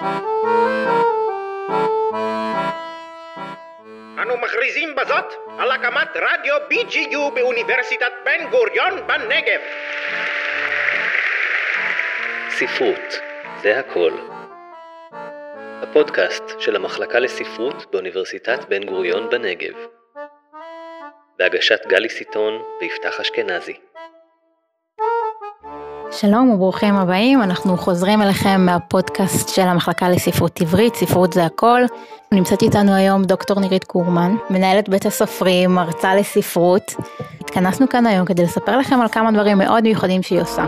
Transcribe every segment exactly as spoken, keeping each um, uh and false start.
אנו מכריזים בזאת על הקמת רדיו בי ג'י יו באוניברסיטת בן גוריון בנגב. ספרות, זה הכל. הפודקאסט של המחלקה לספרות באוניברסיטת בן גוריון בנגב. בהגשת גלי סיטון ויפתח אשכנזי. שלום וברוכים הבאים, אנחנו חוזרים אליכם מהפודקאסט של המחלקה לספרות עברית, ספרות זה הכל. נמצאת איתנו היום דוקטור נירית קורמן, מנהלת בית הסופרים, מרצה לספרות. התכנסנו כאן היום כדי לספר לכם על כמה דברים מאוד מיוחדים שהיא עושה.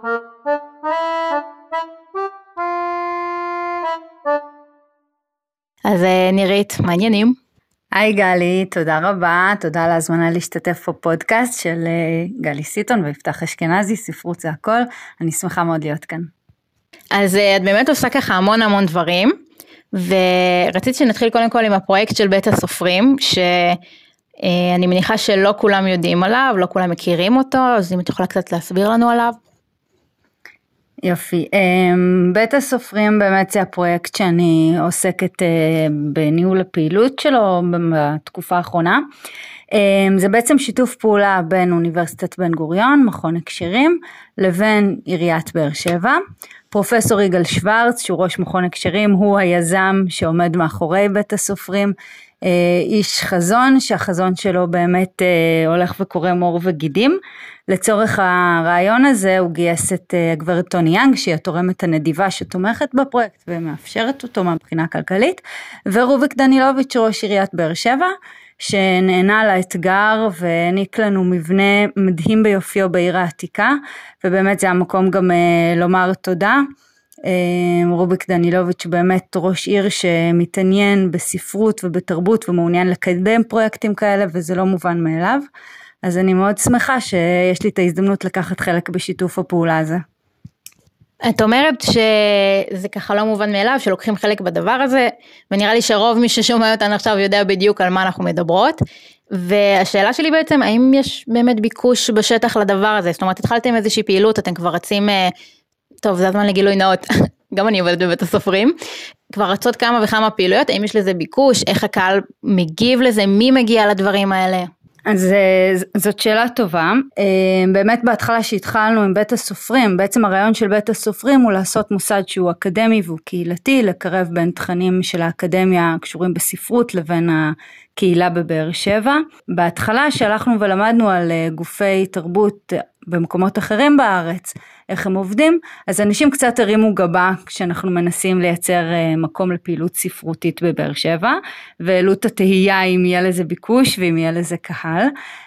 אז נירית, מעניינים? היי גלי, תודה רבה, תודה על ההזמנה להשתתף בפודקאסט של גלי סיטון ויפתח אשכנזי, ספרות זה הכל, אני שמחה מאוד להיות כאן. אז את באמת עושה ככה המון המון דברים, ורציתי שנתחיל קודם כל עם הפרויקט של בית הסופרים, שאני מניחה שלא כולם יודעים עליו, לא כולם מכירים אותו, אז אם את יכולה קצת להסביר לנו עליו. יופי, בית הסופרים באמת זה הפרויקט שאני עוסקת בניהול הפעילות שלו בתקופה האחרונה. זה בעצם שיתוף פעולה בין אוניברסיטת בן גוריון, מכון הקשרים, לבין עיריית באר שבע. פרופסור יגאל שוורץ, שהוא ראש מכון הקשרים, הוא היזם שעומד מאחורי בית הסופרים, איש חזון, שהחזון שלו באמת הולך וקורא מור וגידים. לצורך הרעיון הזה הוא גייס את הגברת טוני יאנג, שהיא התורמת הנדיבה שתומכת בפרויקט ומאפשרת אותו מבחינה כלכלית, ורוביק דנילוביץ' ראש עיריית באר שבע, שנהנה לאתגר והעניק לנו מבנה מדהים ביופיו בעיר העתיקה, ובאמת זה המקום גם לומר תודה. רוביק דנילוביץ' באמת ראש עיר שמתעניין בספרות ובתרבות ומעוניין לקדם פרויקטים כאלה, וזה לא מובן מאליו. אז אני מאוד שמחה שיש לי את ההזדמנות לקחת חלק בשיתוף הפעולה הזה. את אומרת שזה ככה לא מובן מאליו, שלוקחים חלק בדבר הזה, ונראה לי שרוב מי ששומע אותנו עכשיו יודע בדיוק על מה אנחנו מדברות, והשאלה שלי בעצם, האם יש באמת ביקוש בשטח לדבר הזה? זאת אומרת, התחלתם איזושהי פעילות, אתם כבר רצים, טוב, זה הזמן לגילוי נאות, גם אני עובדת בבית הסופרים, כבר רצות כמה וכמה פעילויות, האם יש לזה ביקוש, איך הקהל מגיב לזה, מי מגיע לדברים האלה? אז זאת שאלה טובה, באמת בהתחלה שהתחלנו עם בית הסופרים, בעצם הרעיון של בית הסופרים הוא לעשות מוסד שהוא אקדמי והוא קהילתי, לקרב בין תכנים של האקדמיה הקשורים בספרות לבין הקהילה בבאר שבע. בהתחלה שהלכנו ולמדנו על גופי תרבות במקומות אחרים בארץ, איך הם עובדים, אז אנשים קצת הרימו גבה כשאנחנו מנסים לייצר מקום לפעילות ספרותית בבאר שבע, והעלו את התהייה אם יהיה לזה ביקוש ואם יהיה לזה קהל,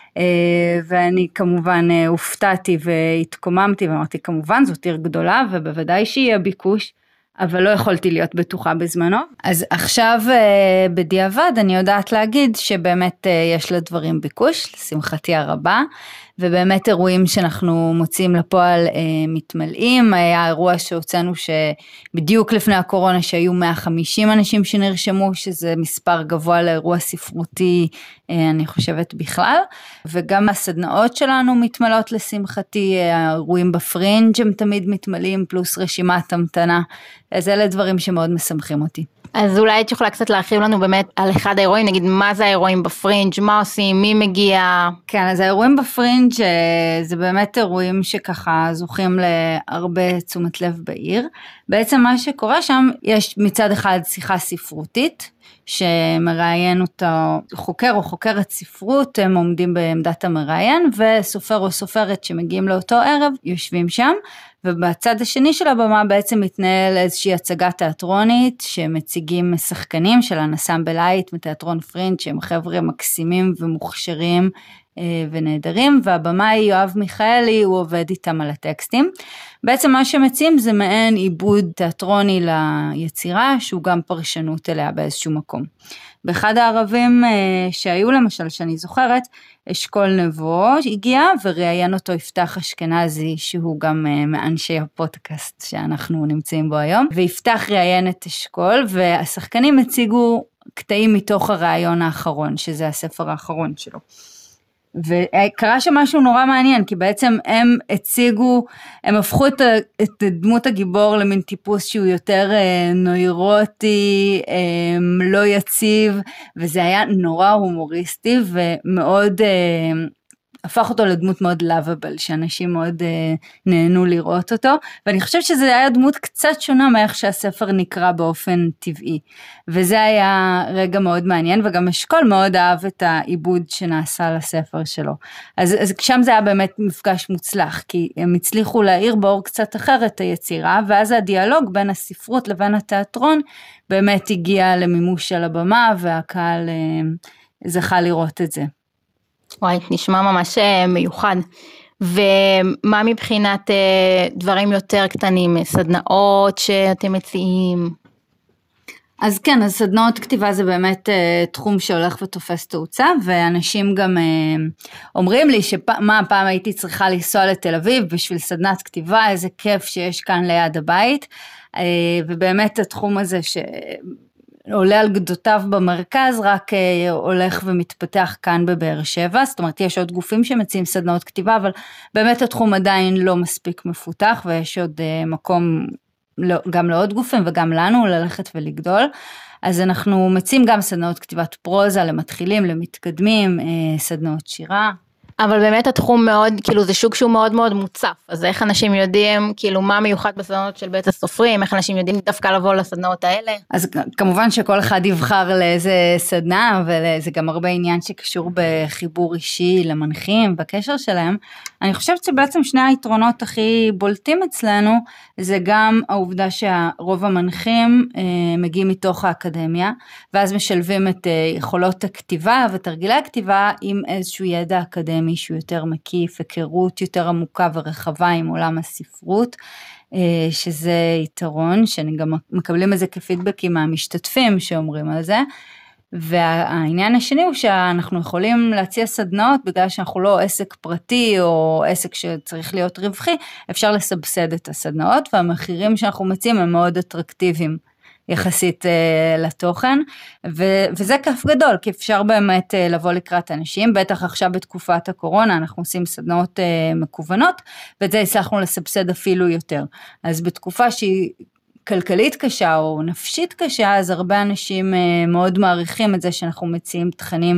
ואני כמובן הופתעתי והתקוממתי ואמרתי כמובן זאת עיר גדולה ובוודאי שיהיה ביקוש, אבל לא יכולתי להיות בטוחה בזמנו. אז עכשיו בדיעבד אני יודעת להגיד שבאמת יש לדברים ביקוש, לשמחתי הרבה, ובאמת אירועים שאנחנו מוצאים לפועל אה, מתמלאים. היה אירוע שהוצאנו שבדיוק לפני הקורונה שהיו מאה וחמישים אנשים שנרשמו, שזה מספר גבוה לאירוע ספרותי, אה, אני חושבת בכלל, וגם הסדנאות שלנו מתמלות לשמחתי, האירועים בפרינג' הם תמיד מתמלים, פלוס רשימת המתנה, אז אלה דברים שמאוד משמחים אותי. אז אולי את יכולה קצת להרחיב לנו באמת על אחד האירועים, נגיד מה זה האירועים בפרינג', מה עושים, מי מגיע? כן, אז האירועים בפרינג' זה באמת אירועים שככה זוכים להרבה תשומת לב בעיר. בעצם מה שקורה שם, יש מצד אחד שיחה ספרותית, שמראיין אותו חוקר או חוקרת ספרות, הם עומדים בעמדת המראיין, וסופר או סופרת שמגיעים לאותו ערב, יושבים שם, ובצד השני של הבמה בעצם מתנהל איזושהי הצגה תיאטרונית, שמציגים שחקנים של אנסמבל לייט מתיאטרון פרינג' שהם חבר'ה מקסימים ומוכשרים ונהדרים, והבמאי יואב מיכאלי הוא עובד איתם על הטקסטים. בעצם מה שמציעים זה מעין עיבוד תיאטרוני ליצירה, שהוא גם פרשנות אליה באיזשהו מקום. באחד הערבים שהיו למשל, שאני זוכרת, אשכול נבו הגיע וראיין אותו יפתח אשכנזי, שהוא גם מאנשי הפודקאסט שאנחנו נמצאים בו היום, ויפתח ראיין את אשכול, והשחקנים הציגו קטעים מתוך הרעיון האחרון, שזה הספר האחרון שלו. וקרה שם משהו נורא מעניין, כי בעצם הם הציגו, הם הפכו את, את דמות הגיבור למין טיפוס שהוא יותר נוירוטי, לא יציב, וזה היה נורא הומוריסטי, ומאוד הפך אותו לדמות מאוד לאביבל, שאנשים מאוד uh, נהנו לראות אותו, ואני חושבת שזה היה דמות קצת שונה מאיך שהספר נקרא באופן טבעי, וזה היה רגע מאוד מעניין, וגם אשכול מאוד אהב את העיבוד שנעשה לספר שלו, אז, אז שם זה היה באמת מפגש מוצלח, כי הם הצליחו להעיר באור קצת אחר את היצירה, ואז הדיאלוג בין הספרות לבין התיאטרון, באמת הגיע למימוש על הבמה, והקהל uh, זכה לראות את זה. וואי, נשמע ממש מיוחד. ומה מבחינת דברים יותר קטנים, סדנאות שאתם מציעים? אז כן, אז סדנאות כתיבה זה באמת תחום שהולך ותופס תאוצה, ואנשים גם אומרים לי שמה הפעם הייתי צריכה לנסוע לתל אביב בשביל סדנת כתיבה, איזה כיף שיש כאן ליד הבית, ובאמת התחום הזה ש... עולה על גדותיו במרכז, רק אה, הולך ומתפתח כאן בבאר שבע, זאת אומרת יש עוד גופים שמציעים סדנאות כתיבה, אבל באמת התחום עדיין לא מספיק מפותח, ויש עוד אה, מקום לא, גם לעוד גופים וגם לנו ללכת ולגדול, אז אנחנו מציעים גם סדנאות כתיבת פרוזה למתחילים, למתקדמים, אה, סדנאות שירה. אבל באמת התחום מאוד, כאילו זה שוק שהוא מאוד מאוד מוצף, אז איך אנשים יודעים, כאילו מה מיוחד בסדנאות של בית הסופרים, איך אנשים יודעים דווקא לבוא לסדנאות האלה? אז כמובן שכל אחד יבחר לאיזה סדנה, וזה גם הרבה עניין שקשור בחיבור אישי למנחים, בקשר שלהם. אני חושבת שבעצם שני היתרונות הכי בולטים אצלנו, זה גם העובדה שהרוב המנחים אה, מגיעים מתוך האקדמיה, ואז משלבים את אה, יכולות הכתיבה ותרגילי הכתיבה עם איזשהו ידע אקדמי שהוא יותר מקיף, היכרות יותר עמוקה ורחבה עם עולם הספרות, אה, שזה יתרון, שאני גם מקבלים את זה כפידבקים מהמשתתפים שאומרים על זה, והעניין השני הוא שאנחנו יכולים להציע סדנאות, בגלל שאנחנו לא עסק פרטי או עסק שצריך להיות רווחי, אפשר לסבסד את הסדנאות, והמחירים שאנחנו מציעים הם מאוד אטרקטיביים יחסית uh, לתוכן, ו- וזה כיף גדול, כי אפשר באמת uh, לבוא לקראת אנשים, בטח עכשיו בתקופת הקורונה, אנחנו עושים סדנאות uh, מקוונות, ואת זה הצלחנו לסבסד אפילו יותר, אז בתקופה שהיא כלכלית קשה או נפשית קשה, אז הרבה אנשים מאוד מעריכים את זה שאנחנו מציעים תכנים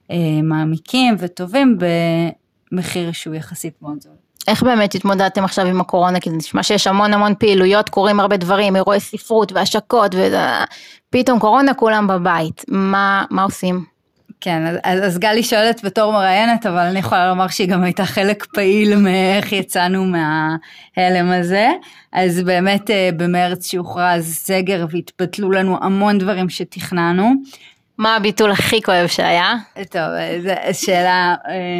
מעמיקים וטובים במחיר שהוא יחסית מאוד זול. איך באמת התמודדתם עכשיו עם הקורונה? כי זה נשמע שיש המון המון פעילויות, קורים הרבה דברים, אירועי ספרות והשקות, ופתאום קורונה כולם בבית. מה, מה עושים? כן, אז, אז גלי שואלת בתור מראיינת, אבל אני יכולה לומר שהיא גם הייתה חלק פעיל מאיך יצאנו מההלם הזה, אז באמת במרץ שהוכרז סגר והתבטלו לנו המון דברים שתכננו. מה הביטול הכי כואב שהיה? טוב, זו שאלה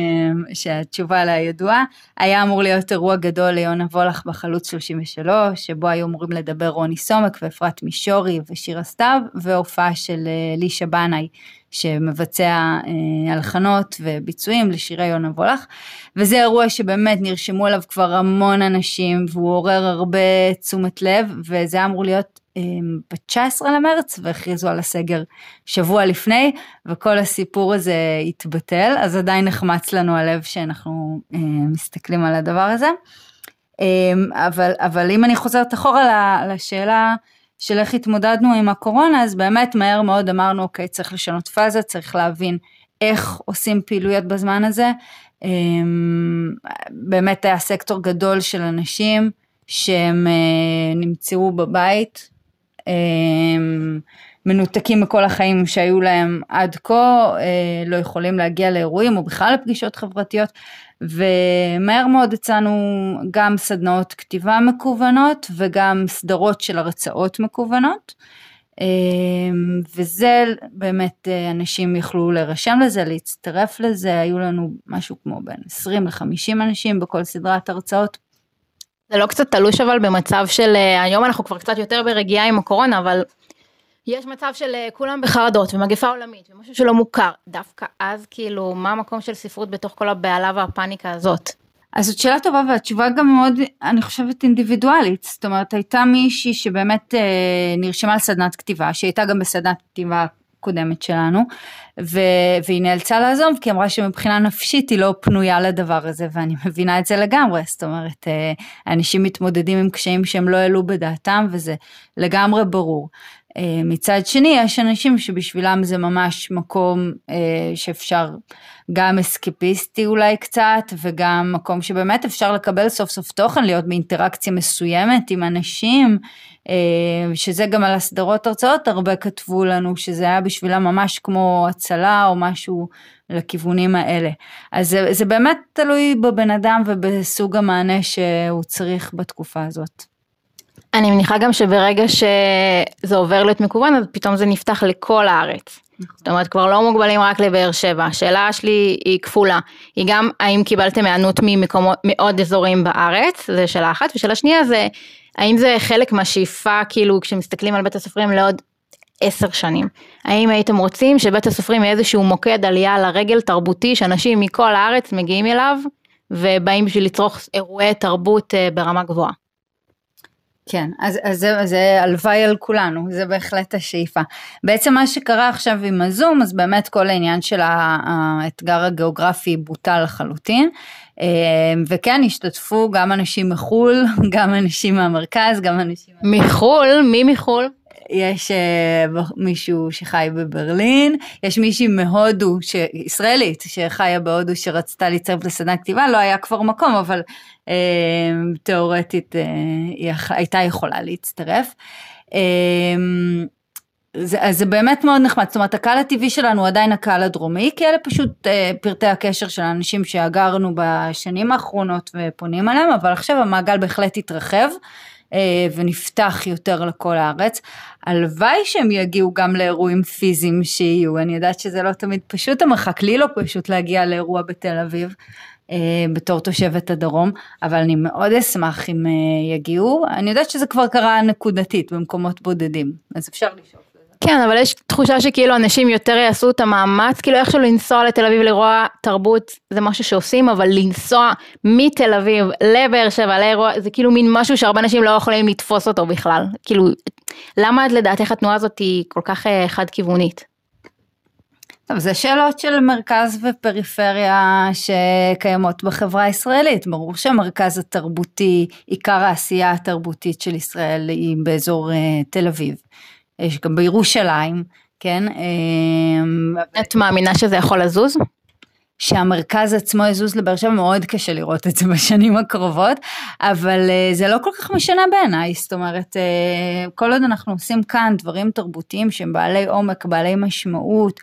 שהתשובה עליה ידועה, היה אמור להיות אירוע גדול ליונה וולך בחלוץ שלושים ושלוש, שבו היו אמורים לדבר רוני סומק ואפרת מישורי ושירה סתיו, והופעה של לישה בנאי, שמבצע אה, הלחנות וביצועים לשירי יונה וולך, וזה אירוע שבאמת נרשמו עליו כבר המון אנשים, והוא עורר הרבה תשומת לב, וזה אמור להיות אה, ב-תשעה עשר למרץ, והכריזו על הסגר שבוע לפני, וכל הסיפור הזה התבטל, אז עדיין נחמץ לנו הלב שאנחנו אה, מסתכלים על הדבר הזה, אה, אבל, אבל אם אני חוזרת אחורה לשאלה, של איך התמודדנו עם הקורונה, אז באמת מהר מאוד אמרנו, אוקיי, צריך לשנות פאזה, צריך להבין איך עושים פעילויות בזמן הזה, באמת היה סקטור גדול של אנשים, שהם נמצאו בבית, מנותקים מכל החיים שהיו להם עד כה, לא יכולים להגיע לאירועים, או בכלל לפגישות חברתיות, ומהר מאוד הצענו גם סדנאות כתיבה מקוונות, וגם סדרות של הרצאות מקוונות, וזה באמת אנשים יכלו להירשם לזה, להצטרף לזה, היו לנו משהו כמו בין עשרים לחמישים אנשים בכל סדרת הרצאות. זה לא קצת תלוש אבל במצב של, היום אנחנו כבר קצת יותר ברגיעה עם הקורונה, אבל יש מצב של כולם בחרדות ומגפה עולמית ומשהו שלא מוכר, דווקא אז כאילו מה המקום של ספרות בתוך כל הבעלה והפאניקה הזאת? אז זאת שאלה טובה והתשובה גם מאוד, אני חושבת אינדיבידואלית, זאת אומרת הייתה מישהי שבאמת אה, נרשמה על סדנת כתיבה, שהייתה גם בסדנת כתיבה הקודמת שלנו, ו- והיא נאלצה לעזוב, כי אמרה שמבחינה נפשית היא לא פנויה לדבר הזה, ואני מבינה את זה לגמרי, זאת אומרת, אנשים מתמודדים עם קשיים שהם לא העלו בדעתם, וזה לגמרי ברור. מצד שני, יש אנשים שבשבילם זה ממש מקום שאפשר, גם אסקפיסטי אולי קצת, וגם מקום שבאמת אפשר לקבל סוף סוף תוכן, להיות באינטראקציה מסוימת עם אנשים, שזה גם על הסדרות הרצאות, הרבה כתבו לנו שזה היה בשבילם ממש כמו הצלה או משהו לכיוונים האלה. אז זה, זה באמת תלוי בבן אדם ובסוג המענה שהוא צריך בתקופה הזאת. אני מניחה גם שברגע שזה עובר להיות מקוון, אז פתאום זה נפתח לכל הארץ. זאת אומרת, כבר לא מוגבלים רק לבאר שבע. השאלה שלי היא כפולה. היא גם, האם קיבלתם הענות ממקומות, מעוד אזורים בארץ? זה שאלה אחת. ושאלה שנייה זה, האם זה חלק מהשאיפה, כאילו, כשמסתכלים על בית הסופרים לעוד עשר שנים? האם הייתם רוצים שבית הסופרים יהיה איזשהו מוקד עלייה לרגל תרבותי, שאנשים מכל הארץ מגיעים אליו, ובאים בשביל לצרוך אירועי תרבות ברמה גבוהה? כן, אז, אז זה, זה הלוואי על כולנו, זה בהחלט השאיפה. בעצם מה שקרה עכשיו עם הזום, אז באמת כל העניין של האתגר הגיאוגרפי בוטל לחלוטין, וכן, השתתפו גם אנשים מחול, גם אנשים מהמרכז, גם אנשים... מחול? מי מחול? יש uh, מישהו שחי בברלין, יש מישהי מהודו, ש... ישראלית, שחיה בהודו, שרצתה להצטרף לסדנה כתיבה, לא היה כבר מקום, אבל uh, תיאורטית uh, היא הייתה יכולה להצטרף. Uh, זה, אז זה באמת מאוד נחמד, זאת אומרת, הקהל הטבעי שלנו הוא עדיין הקהל הדרומי, כי אלה פשוט uh, פרטי הקשר של האנשים שאגרנו בשנים האחרונות ופונים עליהם, אבל עכשיו המעגל בהחלט התרחב, ונפתח יותר לכל הארץ. הלוואי שהם יגיעו גם לאירועים פיזיים שיהיו, אני יודעת שזה לא תמיד פשוט, המרחק לי לא פשוט להגיע לאירוע בתל אביב, בתור תושבת הדרום, אבל אני מאוד אשמח אם יגיעו, אני יודעת שזה כבר קרה נקודתית במקומות בודדים, אז אפשר לשאול. כן, אבל יש תחושה שכאילו אנשים יותר יעשו את המאמץ, כאילו איכשהו לנסוע לתל אביב לאירוע תרבות, זה משהו שעושים, אבל לנסוע מתל אביב לבאר שבע לאירוע, זה כאילו מין משהו שהרבה אנשים לא יכולים לתפוס אותו בכלל. כאילו, למה לדעתך התנועה הזאת היא כל כך חד-כיוונית? טוב, זה שאלות של מרכז ופריפריה שקיימות בחברה הישראלית. ברור שהמרכז התרבותי, עיקר העשייה התרבותית של ישראל היא באזור תל אביב. יש גם בירושלים, כן? את מאמינה שזה יכול לזוז? שהמרכז עצמו יזוז לבאר שבע, מאוד קשה לראות את זה בשנים הקרובות, אבל זה לא כל כך משנה בעיניי, זאת אומרת, כל עוד אנחנו עושים כאן דברים תרבותיים שהם בעלי עומק, בעלי משמעות,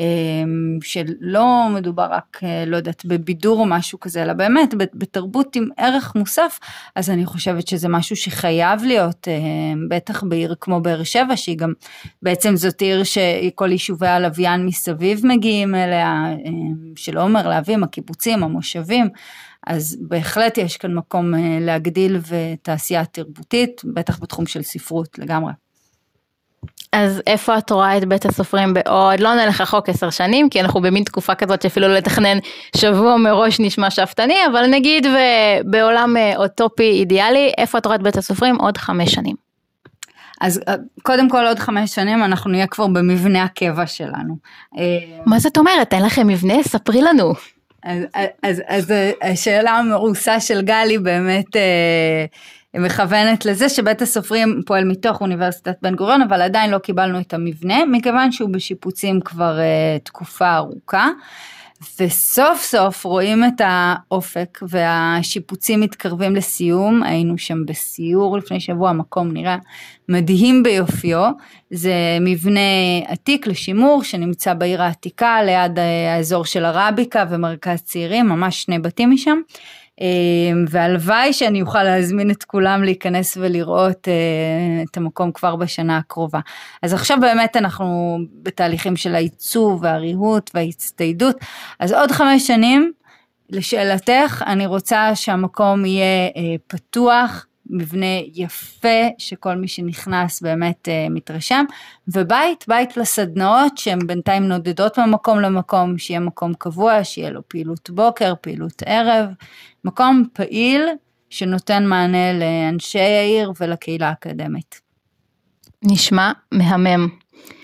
שלא מדובר רק, לא יודעת, בבידור או משהו כזה, אלא באמת בתרבות עם ערך מוסף, אז אני חושבת שזה משהו שחייב להיות, בטח בעיר כמו באר שבע, שהיא גם, בעצם זאת עיר שכל יישובי הלוויין מסביב מגיעים אליה, שלא אומר להבים, הקיבוצים, המושבים, אז בהחלט יש כאן מקום להגדיל ותעשייה תרבותית, בטח בתחום של ספרות לגמרי. אז איפה את רואה את בית הסופרים בעוד, לא נלך רחוק עשר שנים, כי אנחנו במין תקופה כזאת שאפילו לתכנן שבוע מראש נשמע שפתני, אבל נגיד ובעולם אוטופי אידיאלי, איפה את רואה את בית הסופרים עוד חמש שנים? אז קודם כל עוד חמש שנים אנחנו נהיה כבר במבנה הקבע שלנו. מה זאת אומרת? אין לכם מבנה? ספרי לנו. אז, אז, אז השאלה המעושה של גלי באמת מכוונת לזה שבית הסופרים פועל מתוך אוניברסיטת בן גוריון, אבל עדיין לא קיבלנו את המבנה, מכיוון שהוא בשיפוצים כבר תקופה ארוכה, וסוף סוף רואים את האופק והשיפוצים מתקרבים לסיום. היינו שם בסיור לפני שבוע, מקום נראה מדהים ביופיו, זה מבנה עתיק לשימור שנמצא בעיר העתיקה ליד האזור של הרביקה ומרכז צעירים, ממש שני בתים משם, והלוואי שאני אוכל להזמין את כולם להיכנס ולראות את המקום כבר בשנה הקרובה. אז עכשיו באמת אנחנו בתהליכים של העיצוב והריהוט וההצטיידות, אז עוד חמש שנים, לשאלתך, אני רוצה שהמקום יהיה פתוח, מבנה יפה, שכל מי שנכנס באמת מתרשם, ובית, בית לסדנאות, שהן בינתיים נודדות ממקום למקום, שיהיה מקום קבוע, שיהיה לו פעילות בוקר, פעילות ערב, מקום פעיל, שנותן מענה לאנשי העיר ולקהילה האקדמית. נשמע מהמם.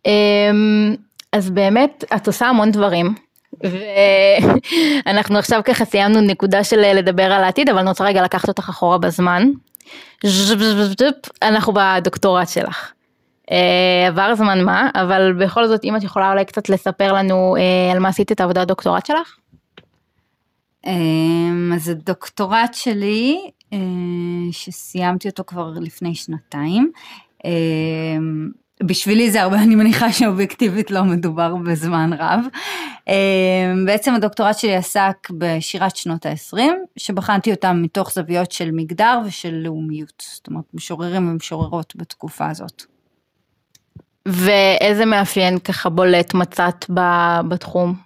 אז באמת את עושה המון דברים, ואנחנו עכשיו ככה סיימנו נקודה של לדבר על העתיד, אבל אני רוצה רגע לקחת אותך אחורה בזמן. אנחנו בדוקטורט שלך. עבר זמן מה, אבל בכל זאת אם את יכולה אולי קצת לספר לנו על מה עשית את העבודה הדוקטורט שלך? אז הדוקטורט שלי, שסיימתי אותו כבר לפני שנתיים, בשבילי זה הרבה, אני מניחה שאובייקטיבית לא מדובר בזמן רב. בעצם הדוקטורט שלי עסק בשירת שנות ה-עשרים, שבחנתי אותם מתוך זוויות של מגדר ושל לאומיות, זאת אומרת משוררים ומשוררות בתקופה הזאת. ואיזה מאפיין ככה בולט מצאת בתחום?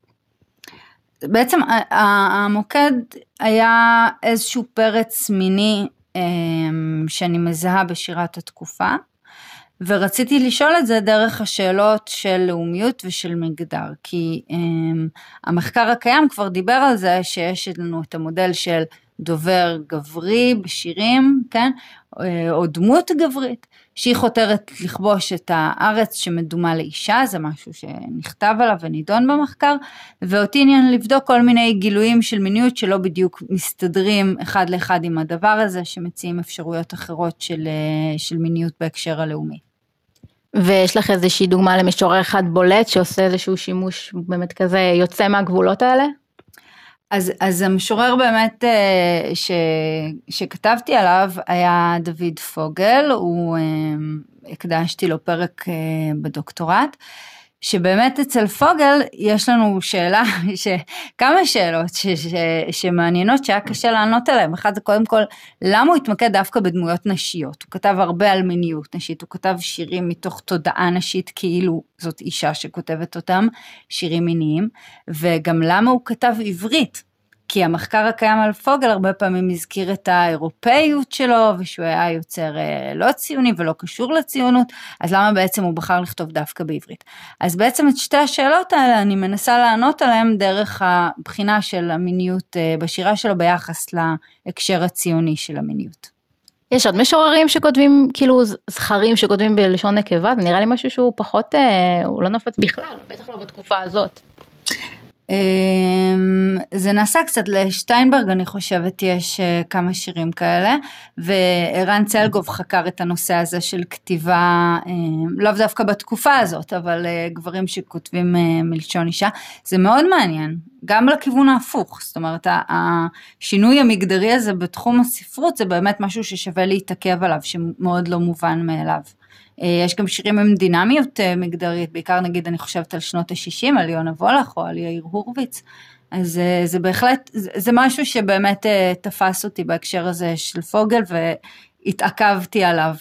בעצם המוקד היה איזשהו פרץ מיני שאני מזהה בשירת התקופה, ורציתי לשאול את זה דרך השאלות של לאומיות ושל מגדר, כי המחקר הקיים כבר דיבר על זה שיש לנו את המודל של דובר גברי בשירים, כן? או דמות גברית, שהיא חותרת לכבוש את הארץ שמדומה לאישה, זה משהו שנכתב עליו ונידון במחקר, ואותי עניין לבדוק כל מיני גילויים של מיניות שלא בדיוק מסתדרים אחד לאחד עם הדבר הזה, שמציעים אפשרויות אחרות של, של מיניות בהקשר הלאומי. ויש לך איזושהי דוגמה למשורר אחד בולט שעושה איזשהו שימוש באמת כזה יוצא מהגבולות האלה? אז, אז המשורר באמת ש, שכתבתי עליו היה דוד פוגל, הוא הקדשתי לו פרק בדוקטורט, שבאמת אצל פוגל יש לנו שאלה, ש, כמה שאלות ש, ש, שמעניינות שהיה קשה לענות עליהן. אחד זה קודם כל, למה הוא התמקד דווקא בדמויות נשיות? הוא כתב הרבה על מיניות נשית, הוא כתב שירים מתוך תודעה נשית, כאילו זאת אישה שכותבת אותם, שירים מיניים, וגם למה הוא כתב עברית? כי המחקר הקיים על פוגל הרבה פעמים הזכיר את האירופאיות שלו, ושהוא היה יוצר לא ציוני ולא קשור לציונות, אז למה בעצם הוא בחר לכתוב דווקא בעברית? אז בעצם את שתי השאלות האלה אני מנסה לענות עליהן דרך הבחינה של המיניות בשירה שלו ביחס להקשר הציוני של המיניות. יש עוד משוררים שכותבים, כאילו זכרים שכותבים בלשון נקבה, זה נראה לי משהו שהוא פחות, הוא לא נפץ בכלל, בטח לא בתקופה הזאת. זה נעשה קצת לשטיינברג, אני חושבת יש כמה שירים כאלה, וערן צלגוב חקר את הנושא הזה של כתיבה, לאו דווקא בתקופה הזאת, אבל גברים שכותבים מלשון אישה, זה מאוד מעניין, גם לכיוון ההפוך, זאת אומרת, השינוי המגדרי הזה בתחום הספרות, זה באמת משהו ששווה להתעכב עליו, שמאוד לא מובן מאליו. יש גם שירים עם דינמיות מגדרית, בעיקר נגיד אני חושבת על שנות ה-שישים, על יונה וולך או על יאיר הורוביץ, אז זה בהחלט, זה משהו שבאמת תפס אותי בהקשר הזה של פוגל, והתעכבתי עליו.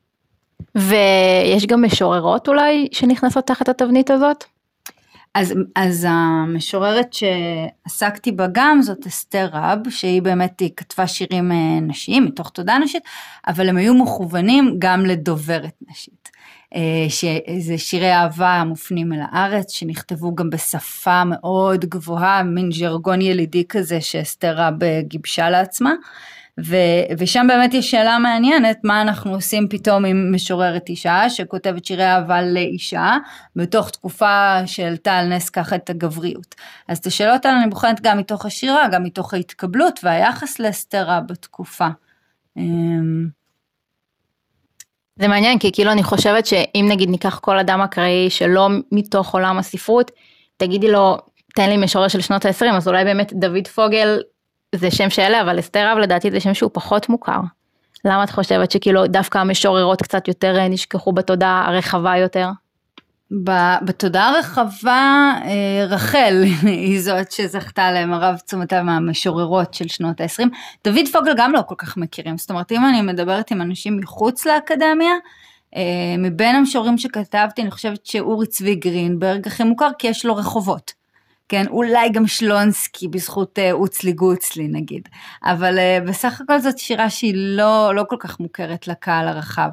ויש גם משוררות אולי שנכנסות תחת התבנית הזאת? אז, אז המשוררת שעסקתי בה גם זאת אסתר רב, שהיא באמת היא כתבה שירים נשיים, מתוך תודה נשית, אבל הם היו מכוונים גם לדוברת נשית. שזה שירי אהבה המופנים אל הארץ, שנכתבו גם בשפה מאוד גבוהה, מין ז'רגון ילידי כזה שאסתר רב גיבשה לעצמה, ו- ושם באמת יש שאלה מעניינת, מה אנחנו עושים פתאום עם משוררת אישה, שכותבת שירי אהבה לאישה, בתוך תקופה שהעלתה על נס ככה את הגבריות. אז את השאלות האלה אני בוחנת גם מתוך השירה, גם מתוך ההתקבלות, והיחס לאסתר רב בתקופה. זה מעניין, כי כאילו אני חושבת שאם נגיד ניקח כל אדם אקראי שלא מתוך עולם הספרות, תגידי לו, תן לי משורר של שנות ה-עשרים, אז אולי באמת דוד פוגל, זה שם שאלה, אבל אסתר רב לדעתי זה שם שהוא פחות מוכר. למה את חושבת שכאילו דווקא המשוררות קצת יותר נשכחו בתודעה הרחבה יותר? בתודעה הרחבה, רחל היא זאת שזכתה להם הרב תשומתה מהמשוררות של שנות ה-עשרים. דוד פוגל גם לא כל כך מכירים, זאת אומרת אם אני מדברת עם אנשים מחוץ לאקדמיה, מבין המשוררים שכתבתי אני חושבת שאורי צבי גרינברג הכי מוכר כי יש לו רחובות. כן, אולי גם שלונסקי בזכות אוצלי גוצלי נגיד, אבל בסך הכל זאת שירה שהיא לא, לא כל כך מוכרת לקהל הרחב.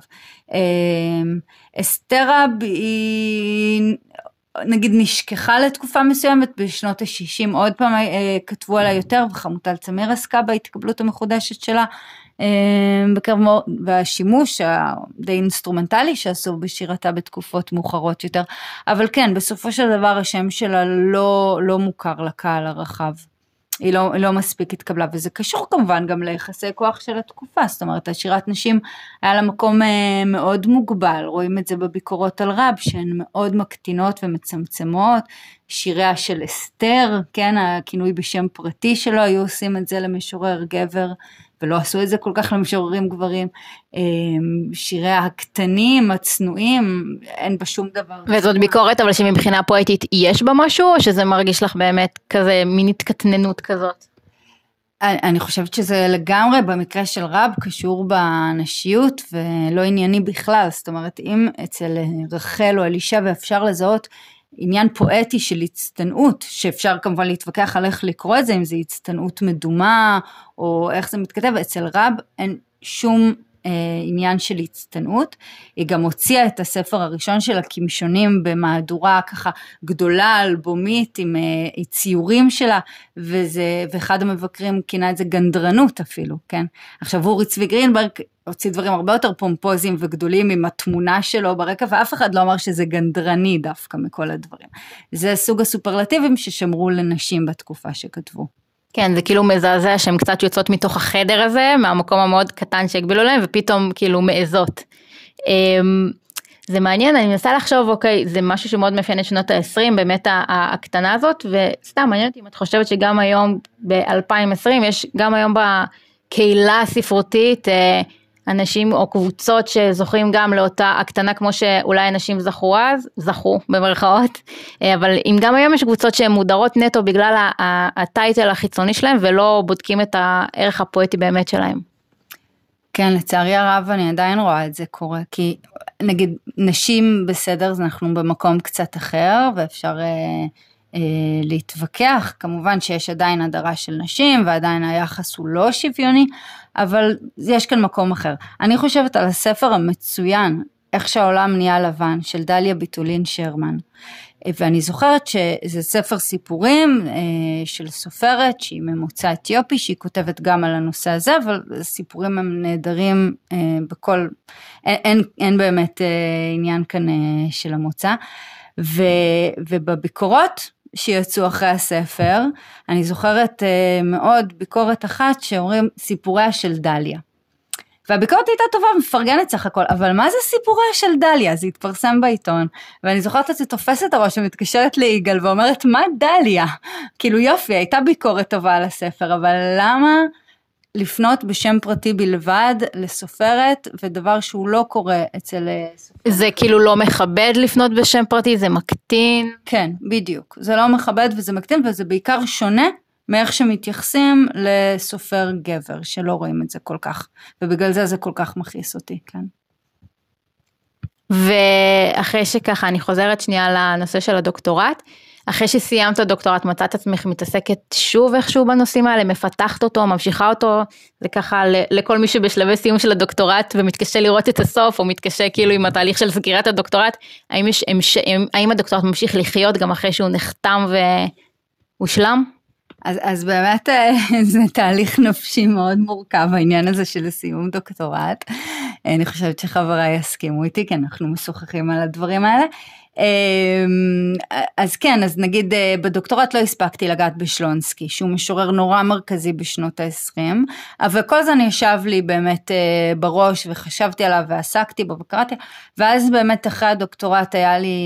אסתר רב היא נגיד נשכחה לתקופה מסוימת בשנות ה-שישים, עוד פעם כתבו עליה יותר, וחמוטל צמיר עסקה בהתקבלות המחודשת שלה, בקרב, והשימוש הדי אינסטרומנטלי שעשו בשירתה בתקופות מאוחרות יותר, אבל כן, בסופו של דבר השם שלה לא, לא מוכר לקהל הרחב. היא לא, היא לא מספיק התקבלה, וזה קשור כמובן גם ליחסי כוח של התקופה, זאת אומרת, השירת נשים היה לה מקום מאוד מוגבל, רואים את זה בביקורות על רב, שהן מאוד מקטינות ומצמצמות, שיריה של אסתר, כן, הכינוי בשם פרטי שלו, היו עושים את זה למשורר גבר, ולא עשו את זה כל כך למשוררים גברים, שיריה הקטנים, הצנועים, אין בה שום דבר. וזאת ביקורת, אבל שמבחינה פואטית יש בה משהו, או שזה מרגיש לך באמת כזה מין התקטננות כזאת? אני חושבת שזה לגמרי במקרה של רב קשור בנשיות, ולא ענייני בכלל, זאת אומרת, אם אצל רחל או אלישע ואפשר לזהות, עניין פואטי של הצטנעות, שאפשר כמובן להתווכח על איך לקרוא את זה, אם זה הצטנעות מדומה, או איך זה מתכתב, אצל רב אין שום אה, עניין של הצטנעות, היא גם הוציאה את הספר הראשון של הקמשונים, במהדורה ככה גדולה, אלבומית, עם אה, ציורים שלה, וזה, ואחד המבקרים כינה את זה גנדרנות אפילו, כן? עכשיו אורי צבי גרינברג, הוציא דברים הרבה יותר פומפוזיים וגדולים עם התמונה שלו ברקע, ואף אחד לא אמר שזה גנדרני דווקא מכל הדברים. זה סוג הסופרלטיבים ששמרו לנשים בתקופה שכתבו. כן, זה כאילו מזעזע שהן קצת יוצאות מתוך החדר הזה, מהמקום המאוד קטן שהגבילו להם, ופתאום כאילו מעזות. זה מעניין, אני מנסה לחשוב, אוקיי, זה משהו שמאוד מאפיין את שנות ה-עשרים, באמת הקטנה הזאת, וסתם מעניין אותי אם את חושבת שגם היום ב-אלפיים ועשרים, יש גם היום בקהילה הספרותית, אנשים או קבוצות שזוכים גם לאותה הקטנה, כמו שאולי אנשים זכו אז, זכו במרכאות, אבל אם גם היום יש קבוצות שהן מודרות נטו בגלל הטייטל החיצוני שלהם, ולא בודקים את הערך הפואטי באמת שלהם. כן, לצערי הרב אני עדיין רואה את זה קורה, כי נגיד נשים בסדר, אז אנחנו במקום קצת אחר, ואפשר אה, להתווכח, כמובן שיש עדיין הדרה של נשים, ועדיין היחס הוא לא שוויוני, אבל יש כאן מקום אחר. אני חושבת על הספר המצוין, איך שהעולם נהיה לבן, של דליה ביטולין שרמן, ואני זוכרת שזה ספר סיפורים של סופרת, שהיא ממוצא אתיופי, שהיא כותבת גם על הנושא הזה, אבל סיפורים הם נהדרים בכל, אין, אין, אין באמת עניין כאן של המוצא, ו, ובביקורות, שיצאו אחרי הספר, אני זוכרת uh, מאוד ביקורת אחת שאומרים סיפוריה של דליה. והביקורת הייתה טובה, מפרגנת סך הכל, אבל מה זה סיפוריה של דליה? זה התפרסם בעיתון, ואני זוכרת את זה תופסת הראש ומתקשרת ליגאל ואומרת, מה דליה? כאילו יופי, הייתה ביקורת טובה על הספר, אבל למה לפנות בשם פרטי בלבד לסופרת, ודבר שהוא לא קורה אצל סופרת? זה כאילו לא מכבד לפנות בשם פרטי, זה מקטין? כן, בדיוק. זה לא מכבד וזה מקטין, וזה בעיקר שונה מאיך שמתייחסים לסופר גבר, שלא רואים את זה כל כך, ובגלל זה זה כל כך מכעיס אותי, כן. ואחרי שככה, אני חוזרת שנייה לנושא של הדוקטורט, אחרי שסיימת הדוקטורט, מצאת עצמך מתעסקת שוב איכשהו בנושאים האלה, מפתחת אותו, ממשיכה אותו, זה ככה לכל מי שבשלבי סיום של הדוקטורט, ומתקשה לראות את הסוף, או מתקשה כאילו עם התהליך של סגירת הדוקטורט, האם, יש, האם הדוקטורט ממשיך לחיות גם אחרי שהוא נחתם והושלם? אז, אז באמת זה תהליך נפשי מאוד מורכב, העניין הזה של סיום דוקטורט, אני חושבת שחבריי יסכימו איתי, כי אנחנו משוחחים על הדברים האלה, אז כן, אז נגיד בדוקטורט לא הספקתי לגעת בשלונסקי, שהוא משורר נורא מרכזי בשנות ה-עשרים, אבל כל זה נשב לי באמת בראש, וחשבתי עליו ועסקתי בו וקראתי, ואז באמת אחרי הדוקטורט היה לי,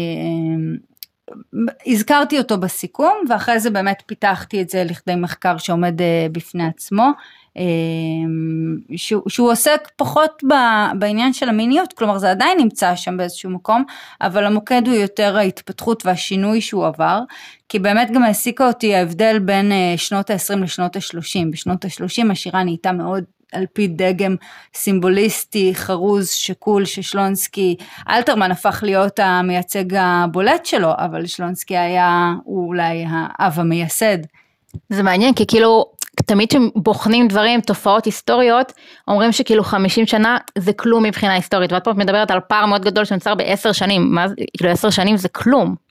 הזכרתי אותו בסיכום, ואחרי זה באמת פיתחתי את זה לכדי מחקר שעומד בפני עצמו, שהוא, שהוא עוסק פחות בעניין של המיניות, כלומר זה עדיין נמצא שם באיזשהו מקום, אבל המוקד הוא יותר ההתפתחות והשינוי שהוא עבר, כי באמת גם העסיקה אותי ההבדל בין שנות ה-עשרים לשנות ה-שלושים, בשנות ה-שלושים השירה נהייתה מאוד על פי דגם סימבוליסטי, חרוז, שקול, ששלונסקי, אלתרמן הפך להיות המייצג הבולט שלו, אבל שלונסקי היה אולי האב המייסד. זה מעניין, כי כאילו, תמיד שבוחנים דברים, תופעות היסטוריות, אומרים שכאילו חמישים שנה זה כלום מבחינה היסטורית, ואת פה מדברת על פער מאוד גדול שנוצר בעשר שנים, מה, כאילו עשר שנים זה כלום.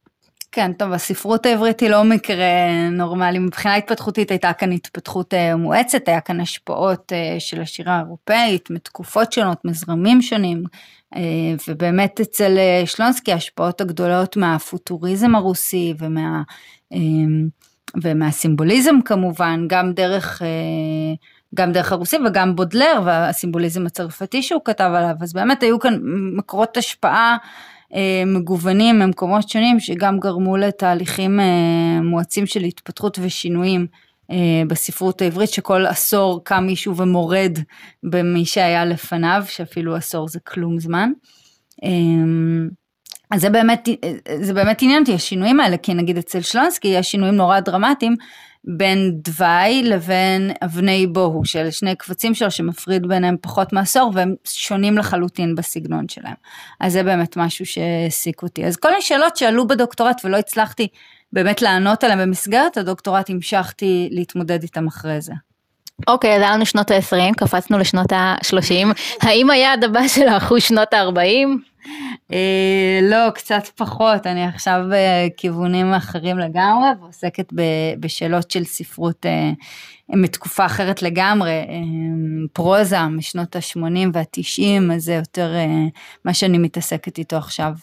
כן, טוב, הספרות העברית היא לא מקרה נורמלי, מבחינה התפתחותית הייתה כאן התפתחות מואצת, היה כאן השפעות של השירה האירופאית, מתקופות שונות, מזרמים שונים, ובאמת אצל שלונסקי ההשפעות הגדולות מהפוטוריזם הרוסי ומה, ומהסימבוליזם כמובן, גם דרך, גם דרך הרוסי וגם בודלר והסימבוליזם הצרפתי שהוא כתב עליו, אז באמת היו כאן מקורות השפעה מגוונים ממקומות שונים שגם גרמו לתהליכים מואצים של התפתחות ושינויים בספרות העברית, שכל עשור קם מישהו ומורד במי שהיה לפניו, שאפילו עשור זה כלום זמן. אז זה באמת, זה באמת עניין אותי, השינויים האלה, כי נגיד אצל שלונסקי יש שינויים נורא דרמטיים, בין דווי לבין אבני בוהו, של שני קבצים שלו שמפריד ביניהם פחות מעשור, והם שונים לחלוטין בסגנון שלהם. אז זה באמת משהו שהעסיק אותי. אז כל מיני שאלות שעלו בדוקטורט ולא הצלחתי באמת לענות עליהם במסגרת הדוקטורט, המשכתי להתמודד איתם אחרי זה. אוקיי, אז היה לנו שנות ה-עשרים, קפצנו לשנות ה-שלושים, האם היעד הבא שלך הוא שנות ה-ארבעים? לא, קצת פחות, אני עכשיו בכיוונים אחרים לגמרי, ועוסקת בשאלות של ספרות מתקופה אחרת לגמרי, פרוזה משנות ה-שמונים וה-תשעים, אז זה יותר מה שאני מתעסקת איתו עכשיו.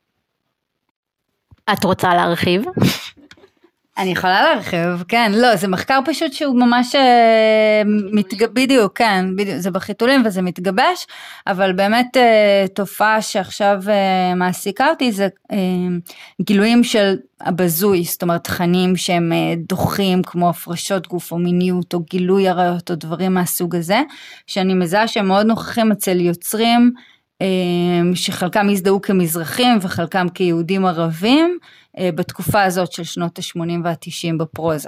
את רוצה להרחיב? אני יכולה להרחיב, כן, לא, זה מחקר פשוט שהוא ממש מתגבש, בדיוק, כן, בדיוק, זה בחיתולים וזה מתגבש, אבל באמת תופעה שעכשיו מעסיקה אותי, זה גילויים של הבזוי, זאת אומרת תכנים שהם דוחים, כמו הפרשות גוף או מיניות, או גילוי עריות, או דברים מהסוג הזה, שאני מזהה שהם מאוד נוכחים אצל יוצרים, שחלקם הזדהו כמזרחים, וחלקם כיהודים ערבים, בתקופה הזאת של שנות ה-שמונים וה-תשעים בפרוזה.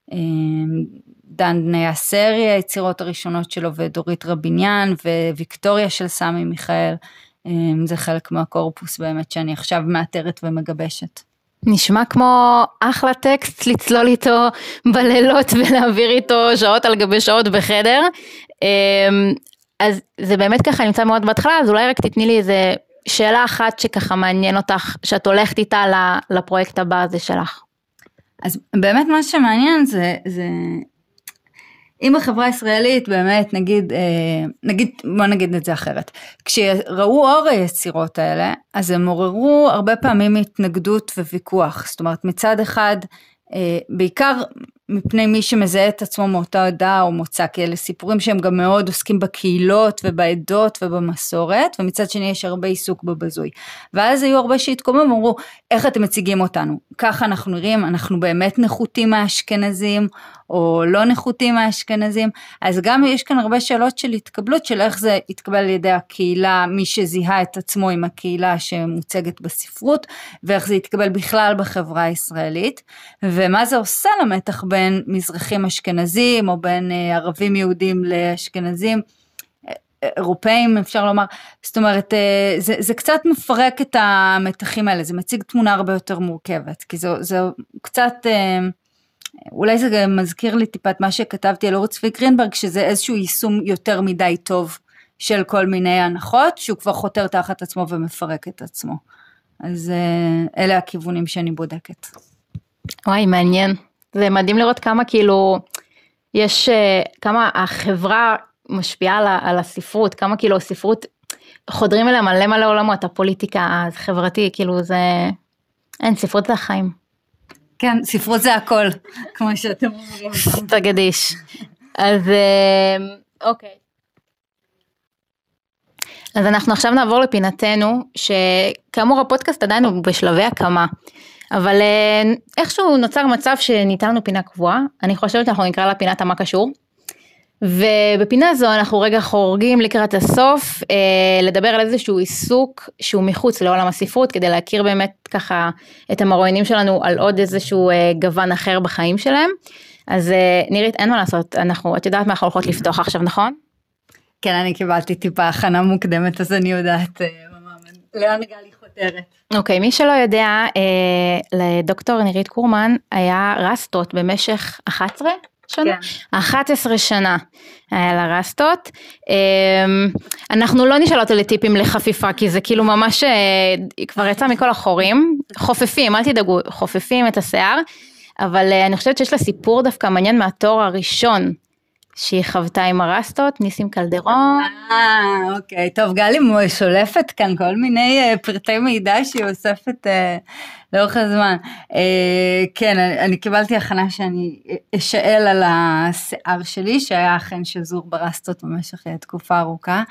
דן בניה סרי, היצירות הראשונות שלו, ודורית רביניאן, וויקטוריה של סמי מיכאל, זה חלק מהקורפוס באמת שאני עכשיו מאתרת ומגבשת. נשמע כמו אחלה טקסט לצלול איתו בלילות ולהעביר איתו שעות על גבי שעות בחדר. אז זה באמת ככה נמצא מאוד בהתחלה, אז אולי רק תתני לי איזה שאלה אחת שככה מעניין אותך, שאת הולכת איתה לפרויקט הבא הזה שלך. אז באמת מה שמעניין זה, זה אם החברה הישראלית באמת נגיד, נגיד, בוא נגיד את זה אחרת, כשראו אור היצירות האלה, אז הם עוררו הרבה פעמים התנגדות וויכוח, זאת אומרת מצד אחד, בעיקר מפני מי שמזהה את עצמו מאותה עדה או מוצא, כי אלה סיפורים שהם גם מאוד עוסקים בקהילות ובעדות ובמסורת, ומצד שני יש הרבה עיסוק בבזוי. ואז היו הרבה שהתקוממו, אמרו, איך אתם מציגים אותנו? ככה אנחנו נראים, אנחנו באמת נחותים מהאשכנזים, או לא נחותים מהאשכנזים, אז גם יש כאן הרבה שאלות של התקבלות, של איך זה התקבל על ידי הקהילה, מי שזיהה את עצמו עם הקהילה שמוצגת בספרות, ואיך זה התקבל בכלל בחברה הישראלית, ומה זה עושה למתח בין מזרחים אשכנזים, או בין ערבים יהודים לאשכנזים, אירופאים אפשר לומר, זאת אומרת, זה, זה קצת מפרק את המתחים האלה, זה מציג תמונה הרבה יותר מורכבת, כי זה, זה קצת, אולי זה גם מזכיר לי טיפת מה שכתבתי על אורי צבי גרינברג, שזה איזשהו יישום יותר מדי טוב, של כל מיני הנחות, שהוא כבר חותר תחת עצמו ומפרק את עצמו, אז אלה הכיוונים שאני בודקת. וואי, מעניין. זה מדהים לראות כמה כאילו, יש, כמה החברה משפיעה על, על הספרות, כמה כאילו הספרות חודרים אליה מלא מלא עולמות, הפוליטיקה, החברתי, כאילו זה, אין, ספרות זה החיים. כן, ספרות זה הכל, כמו שאתם אומרים. תגדיש. אז אוקיי. אז אנחנו עכשיו נעבור לפינתנו, שכאמור הפודקאסט עדיין הוא בשלבי הקמה, אבל איכשהו נוצר מצב שניתן לנו פינה קבועה, אני חושבת שאנחנו נקרא לה פינת מה קשור, ובפינה זו אנחנו רגע חורגים לקראת הסוף, לדבר על איזשהו עיסוק שהוא מחוץ לעולם הספרות, כדי להכיר באמת ככה את המרואיינים שלנו על עוד איזשהו גוון אחר בחיים שלהם, אז נירית אין מה לעשות, אנחנו, את יודעת מה אנחנו הולכות לפתוח עכשיו, נכון? כן, אני קיבלתי טיפה הכנה מוקדמת, אז אני יודעת לאן גלי חותרת. אוקיי, מי שלא יודע, לדוקטור נירית קורמן היה רסטות במשך אחת עשרה שנה? אחת עשרה שנה היה לה רסטות. אנחנו לא נשאל אותו לטיפים לחפיפה, כי זה כאילו ממש, היא כבר יצאה מכל החורים, חופפים, אל תדאגו, חופפים את השיער, אבל אני חושבת שיש לה סיפור דווקא מעניין מהתואר הראשון, שהיא חוותה עם הרסטות, ניסים קלדרון. אה, אוקיי, טוב, גלי שולפת כאן כל מיני פרטי מידע שהיא אוספת לאורך הזמן. כן, אני קיבלתי הכנה שאני אשאל על השיער שלי, שהיה אכן שזור ברסטות במשך תקופה ארוכה.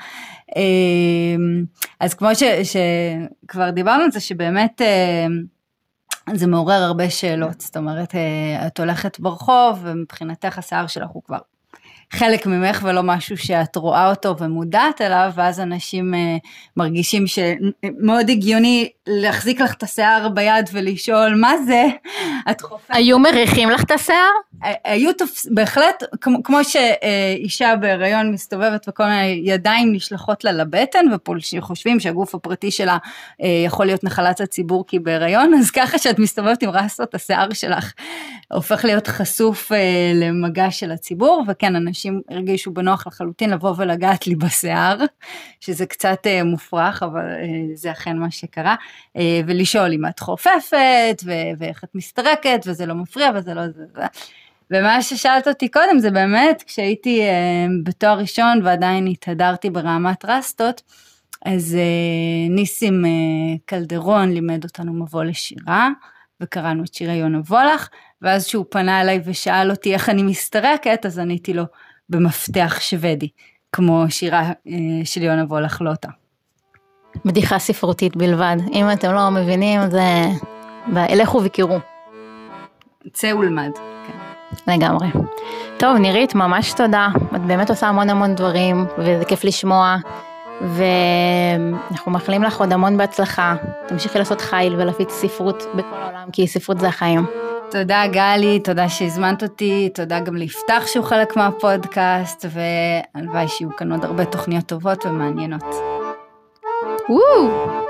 אז כמו שכבר דיברנו על זה, שבאמת זה מעורר הרבה שאלות, זאת אומרת, את הולכת ברחוב, ומבחינתך השיער שלך הוא כבר חלק ממך ולא משהו שאת רואה אותו ומודעת אליו, ואז אנשים מרגישים שמאוד הגיוני להחזיק לך את השיער ביד ולשאול מה זה, את חופרת. היו מריחים לך את השיער? היו בהחלט, כמו שאישה בהיריון מסתובבת וכל מיני ידיים נשלחות לה לבטן, וחושבים שהגוף הפרטי שלה יכול להיות נחלת הציבור כי בהיריון, אז ככה שאת מסתובבת עם רסות, השיער שלך הופך להיות חשוף למגע של הציבור, וכן, אנשים הרגישו בנוח לחלוטין לבוא ולגעת לי בשיער, שזה קצת מופרך, אבל זה אכן מה שקרה, ולשאול אם את חופפת, ואיך את מסתרקת, וזה לא מפריע, וזה לא זה. ומה ששאלת אותי קודם, זה באמת, כשהייתי בתואר ראשון, ועדיין התהדרתי ברמת רסטות, אז ניסים קלדרון לימד אותנו מבוא לשירה, וקראנו את שירי יונה וולך, ואז שהוא פנה אליי ושאל אותי איך אני מסתרקת, אז עניתי לו במפתח שוודי, כמו שירה של יונה וולך לוטה. בדיחה ספרותית בלבד, אם אתם לא מבינים, זה אלכו וקראו. צא ולמד. כן. לגמרי. טוב, נירית, ממש תודה, את באמת עושה המון המון דברים, וזה כיף לשמוע, ואנחנו מאחלים לך עוד המון בהצלחה, תמשיכי לעשות חיל ולהפיץ ספרות בכל העולם, כי ספרות זה החיים. תודה גלי, תודה שהזמנת אותי, תודה גם ליפתח שהוא חלק מהפודקאסט, והלוואי שיהיו כאן עוד הרבה תוכניות טובות ומעניינות. וואו!